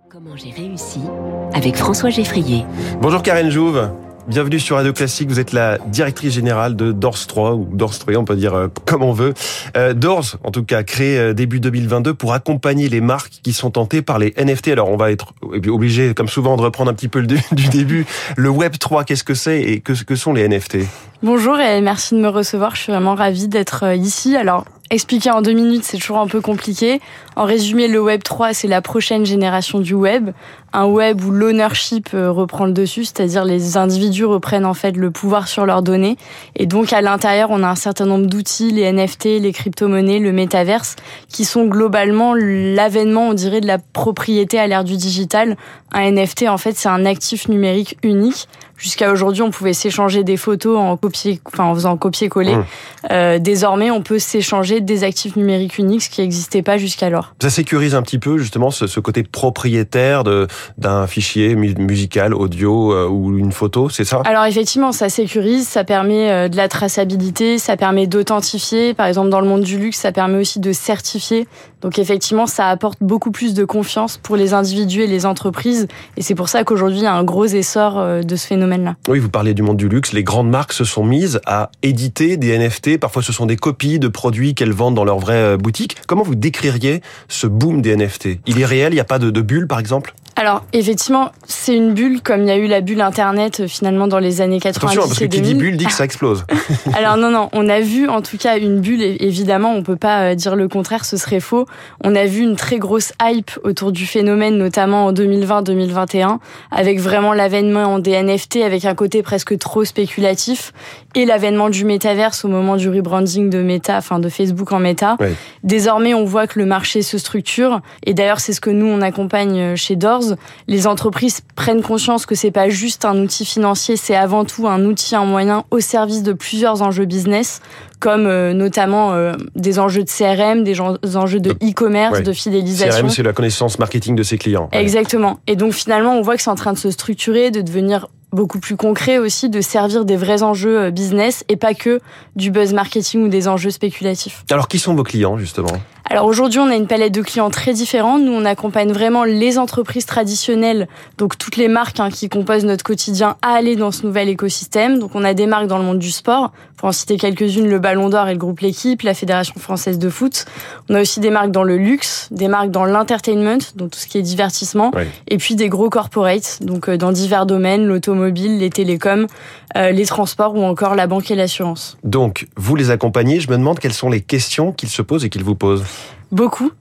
Comment j'ai réussi avec François Geffrier. Bonjour Karen Jouve, bienvenue sur Radio Classique. Vous êtes la directrice générale de Doors 3 ou Doors 3, on peut dire comme on veut. Doors, en tout cas, créé début 2022 pour accompagner les marques qui sont tentées par les NFT. Alors on va être obligé, comme souvent, de reprendre un petit peu du début. Le Web 3, qu'est-ce que c'est et que sont les NFT ? Bonjour et merci de me recevoir. Je suis vraiment ravie d'être ici. Alors, expliquer en 2 minutes, c'est toujours un peu compliqué. En résumé, le Web 3, c'est la prochaine génération du web. Un web où l'ownership reprend le dessus, c'est-à-dire les individus reprennent en fait le pouvoir sur leurs données. Et donc, à l'intérieur, on a un certain nombre d'outils, les NFT, les crypto-monnaies, le métaverse, qui sont globalement l'avènement, on dirait, de la propriété à l'ère du digital. Un NFT, en fait, c'est un actif numérique unique. Jusqu'à aujourd'hui, on pouvait s'échanger des photos en faisant copier-coller. Désormais, on peut s'échanger des actifs numériques uniques, ce qui n'existait pas jusqu'alors. Ça sécurise un petit peu, justement, ce côté propriétaire d'un fichier musical, audio ou une photo, c'est ça ? Alors, effectivement, ça sécurise, ça permet de la traçabilité, ça permet d'authentifier. Par exemple, dans le monde du luxe, ça permet aussi de certifier. Donc, effectivement, ça apporte beaucoup plus de confiance pour les individus et les entreprises. Et c'est pour ça qu'aujourd'hui, il y a un gros essor de ce phénomène-là. Oui, vous parlez du monde du luxe. Les grandes marques se sont mises à éditer des NFT. Parfois, ce sont des copies de produits qu'elles vendent dans leur vraie boutique. Comment vous décririez ce boom des NFT ? Il est réel ? Il n'y a pas de bulle, par exemple ? Alors, effectivement, c'est une bulle, comme il y a eu la bulle Internet, finalement, dans les années 90 Attention, parce que qui dit bulle dit que ça explose. Alors, non, on a vu, en tout cas, une bulle, et évidemment, on peut pas dire le contraire, ce serait faux. On a vu une très grosse hype autour du phénomène, notamment en 2020-2021, avec vraiment l'avènement des NFT, avec un côté presque trop spéculatif, et l'avènement du métaverse au moment du rebranding de Meta, de Facebook en Meta. Oui. Désormais, on voit que le marché se structure, et d'ailleurs, c'est ce que nous, on accompagne chez Doors. Les entreprises prennent conscience que c'est pas juste un outil financier, c'est avant tout un outil, un moyen au service de plusieurs enjeux business, comme notamment des enjeux de CRM, des enjeux de e-commerce, de fidélisation. CRM, c'est la connaissance marketing de ses clients. Exactement. Et donc finalement, on voit que c'est en train de se structurer, de devenir beaucoup plus concret aussi, de servir des vrais enjeux business et pas que du buzz marketing ou des enjeux spéculatifs. Alors, qui sont vos clients, justement ? Alors aujourd'hui, on a une palette de clients très différente. Nous, on accompagne vraiment les entreprises traditionnelles, donc toutes les marques qui composent notre quotidien, à aller dans ce nouvel écosystème. Donc on a des marques dans le monde du sport, pour en citer quelques-unes, le Ballon d'Or et le groupe L'Équipe, la Fédération française de foot. On a aussi des marques dans le luxe, des marques dans l'entertainment, donc tout ce qui est divertissement, et puis des gros corporates, donc dans divers domaines, l'automobile, les télécoms, les transports ou encore la banque et l'assurance. Donc, vous les accompagnez, je me demande quelles sont les questions qu'ils se posent et qu'ils vous posent. Beaucoup.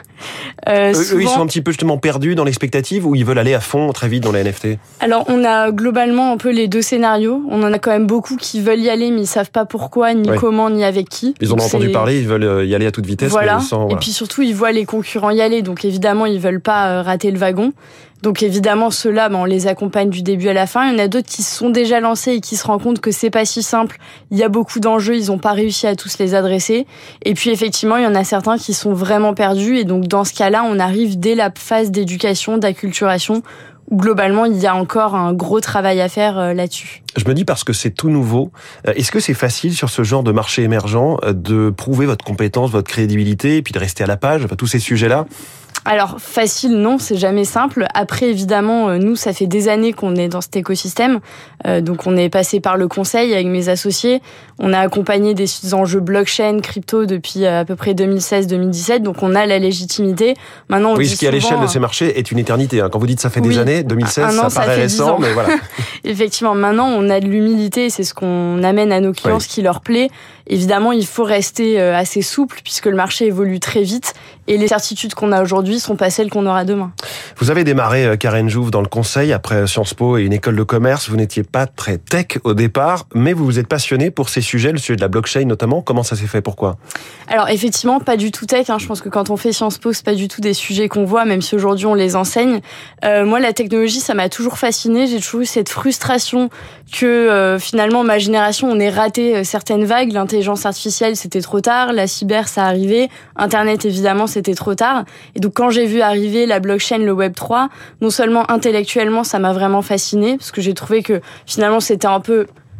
Eux, ils sont un petit peu justement perdus dans l'expectative ou ils veulent aller à fond très vite dans les NFT ? Alors, on a globalement un peu les deux scénarios. On en a quand même beaucoup qui veulent y aller, mais ils savent pas pourquoi, ni comment, ni avec qui. Ils en ont entendu parler, ils veulent y aller à toute vitesse. Voilà. Mais Et puis surtout, ils voient les concurrents y aller, donc évidemment, ils veulent pas rater le wagon. Donc évidemment, ceux-là, on les accompagne du début à la fin. Il y en a d'autres qui se sont déjà lancés et qui se rendent compte que c'est pas si simple. Il y a beaucoup d'enjeux, ils ont pas réussi à tous les adresser. Et puis effectivement, il y en a certains qui sont vraiment perdus. Et donc dans ce cas-là, on arrive dès la phase d'éducation, d'acculturation, où globalement, il y a encore un gros travail à faire là-dessus. Je me dis parce que c'est tout nouveau. Est-ce que c'est facile sur ce genre de marché émergent de prouver votre compétence, votre crédibilité, et puis de rester à la page, tous ces sujets-là ? Alors, facile, non, c'est jamais simple. Après, évidemment, nous, ça fait des années qu'on est dans cet écosystème. Donc, on est passé par le conseil avec mes associés. On a accompagné des enjeux blockchain, crypto depuis à peu près 2016-2017. Donc, on a la légitimité. Maintenant, on dit ce qui, à l'échelle de ces marchés, est une éternité. Quand vous dites ça fait des années, 2016, ça paraît récent, mais voilà. Effectivement, maintenant, on a de l'humilité. C'est ce qu'on amène à nos clients, ce qui leur plaît. Évidemment, il faut rester assez souple puisque le marché évolue très vite et les certitudes qu'on a aujourd'hui sont pas celles qu'on aura demain. Vous avez démarré, Karen Jouve, dans le conseil après Sciences Po et une école de commerce. Vous n'étiez pas très tech au départ, mais vous vous êtes passionné pour ces sujets, le sujet de la blockchain notamment. Comment ça s'est fait ? Pourquoi ? Alors effectivement, pas du tout tech. Je pense que quand on fait Sciences Po, c'est pas du tout des sujets qu'on voit, même si aujourd'hui on les enseigne. Moi, la technologie, ça m'a toujours fascinée. J'ai toujours eu cette frustration que finalement, ma génération, on ait raté certaines vagues. L'intelligence artificielle, c'était trop tard. La cyber, ça arrivait. Internet, évidemment, c'était trop tard. Et donc, quand j'ai vu arriver la blockchain, le Web 3, non seulement intellectuellement, ça m'a vraiment fascinée, parce que j'ai trouvé que finalement, c'était un peu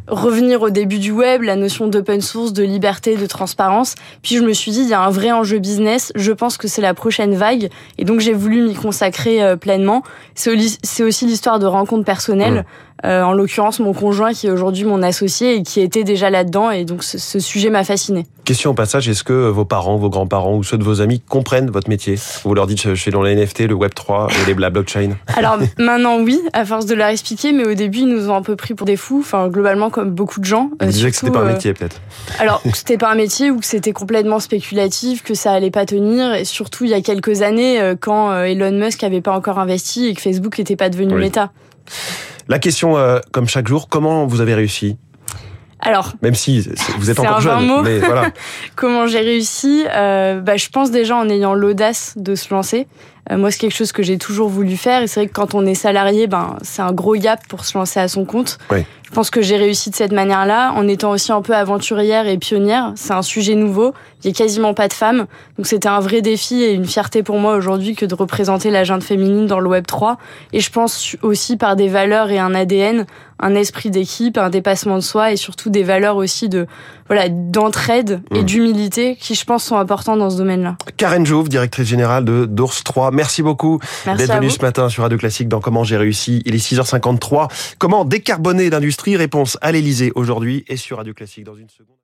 revenir au début du web, la notion d'open source, de liberté, de transparence. Puis je me suis dit, il y a un vrai enjeu business, je pense que c'est la prochaine vague, et donc j'ai voulu m'y consacrer pleinement. C'est aussi l'histoire de rencontres personnelles, en l'occurrence mon conjoint qui est aujourd'hui mon associé et qui était déjà là-dedans, et donc ce sujet m'a fascinée. Question au passage, est-ce que vos parents, vos grands-parents ou ceux de vos amis comprennent votre métier? Vous leur dites, je suis dans les NFT, le Web3 et la blockchain. Alors maintenant oui, à force de leur expliquer, mais au début ils nous ont un peu pris pour des fous, enfin globalement comme beaucoup de gens. Vous disiez que c'était pas un métier peut-être. Alors que c'était pas un métier ou que c'était complètement spéculatif, que ça allait pas tenir, et surtout il y a quelques années quand Elon Musk avait pas encore investi et que Facebook n'était pas devenu Meta. La question, comme chaque jour, comment vous avez réussi? Alors, même si vous êtes encore jeune, mais voilà. Comment j'ai réussi? Je pense déjà en ayant l'audace de se lancer. Moi, c'est quelque chose que j'ai toujours voulu faire, et c'est vrai que quand on est salarié, c'est un gros gap pour se lancer à son compte. Oui. Je pense que j'ai réussi de cette manière-là, en étant aussi un peu aventurière et pionnière. C'est un sujet nouveau, il y a quasiment pas de femmes, donc c'était un vrai défi et une fierté pour moi aujourd'hui que de représenter la junte féminine dans le Web3. Et je pense aussi par des valeurs et un ADN, un esprit d'équipe, un dépassement de soi, et surtout des valeurs aussi d'entraide et d'humilité qui, je pense, sont importants dans ce domaine-là. Karen Jouve, directrice générale de Doors 3. Merci beaucoup d'être venue ce matin sur Radio Classique dans Comment j'ai réussi. Il est 6h53. Comment décarboner l'industrie? Réponse à l'Élysée aujourd'hui et sur Radio Classique dans une seconde.